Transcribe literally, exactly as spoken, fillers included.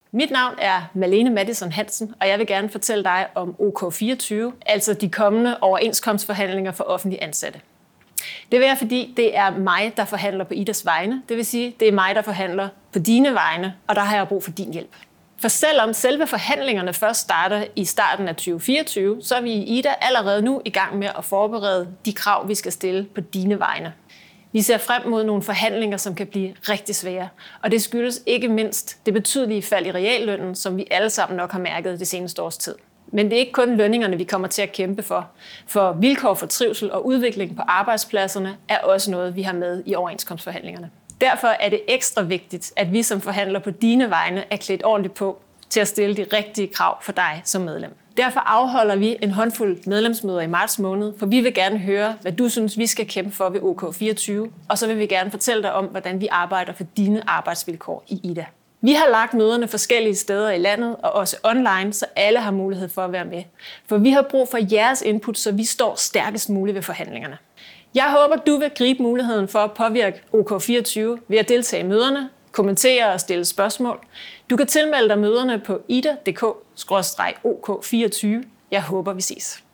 Mit navn er Malene Mattison Hansen, og jeg vil gerne fortælle dig om O K fireogtyve, altså de kommende overenskomstforhandlinger for offentlige ansatte. Det vil jeg, fordi det er mig, der forhandler på Idas vegne. Det vil sige, det er mig, der forhandler på dine vegne, og der har jeg brug for din hjælp. For selvom selve forhandlingerne først starter i starten af tyve fireogtyve, så er vi i Ida allerede nu i gang med at forberede de krav, vi skal stille på dine vegne. Vi ser frem mod nogle forhandlinger, som kan blive rigtig svære, og det skyldes ikke mindst det betydelige fald i reallønnen, som vi alle sammen nok har mærket det seneste års tid. Men det er ikke kun lønningerne, vi kommer til at kæmpe for, for vilkår for trivsel og udvikling på arbejdspladserne er også noget, vi har med i overenskomstforhandlingerne. Derfor er det ekstra vigtigt, at vi som forhandler på dine vegne er klædt ordentligt på til at stille de rigtige krav for dig som medlem. Derfor afholder vi en håndfuld medlemsmøder i marts måned, for vi vil gerne høre, hvad du synes, vi skal kæmpe for ved O K fireogtyve, og så vil vi gerne fortælle dig om, hvordan vi arbejder for dine arbejdsvilkår i Ida. Vi har lagt møderne forskellige steder i landet og også online, så alle har mulighed for at være med. For vi har brug for jeres input, så vi står stærkest muligt ved forhandlingerne. Jeg håber, du vil gribe muligheden for at påvirke O K fireogtyve ved at deltage i møderne, kommentere og stille spørgsmål. Du kan tilmelde dig møderne på ida punktum d k skråstreg O K fireogtyve. Jeg håber, vi ses.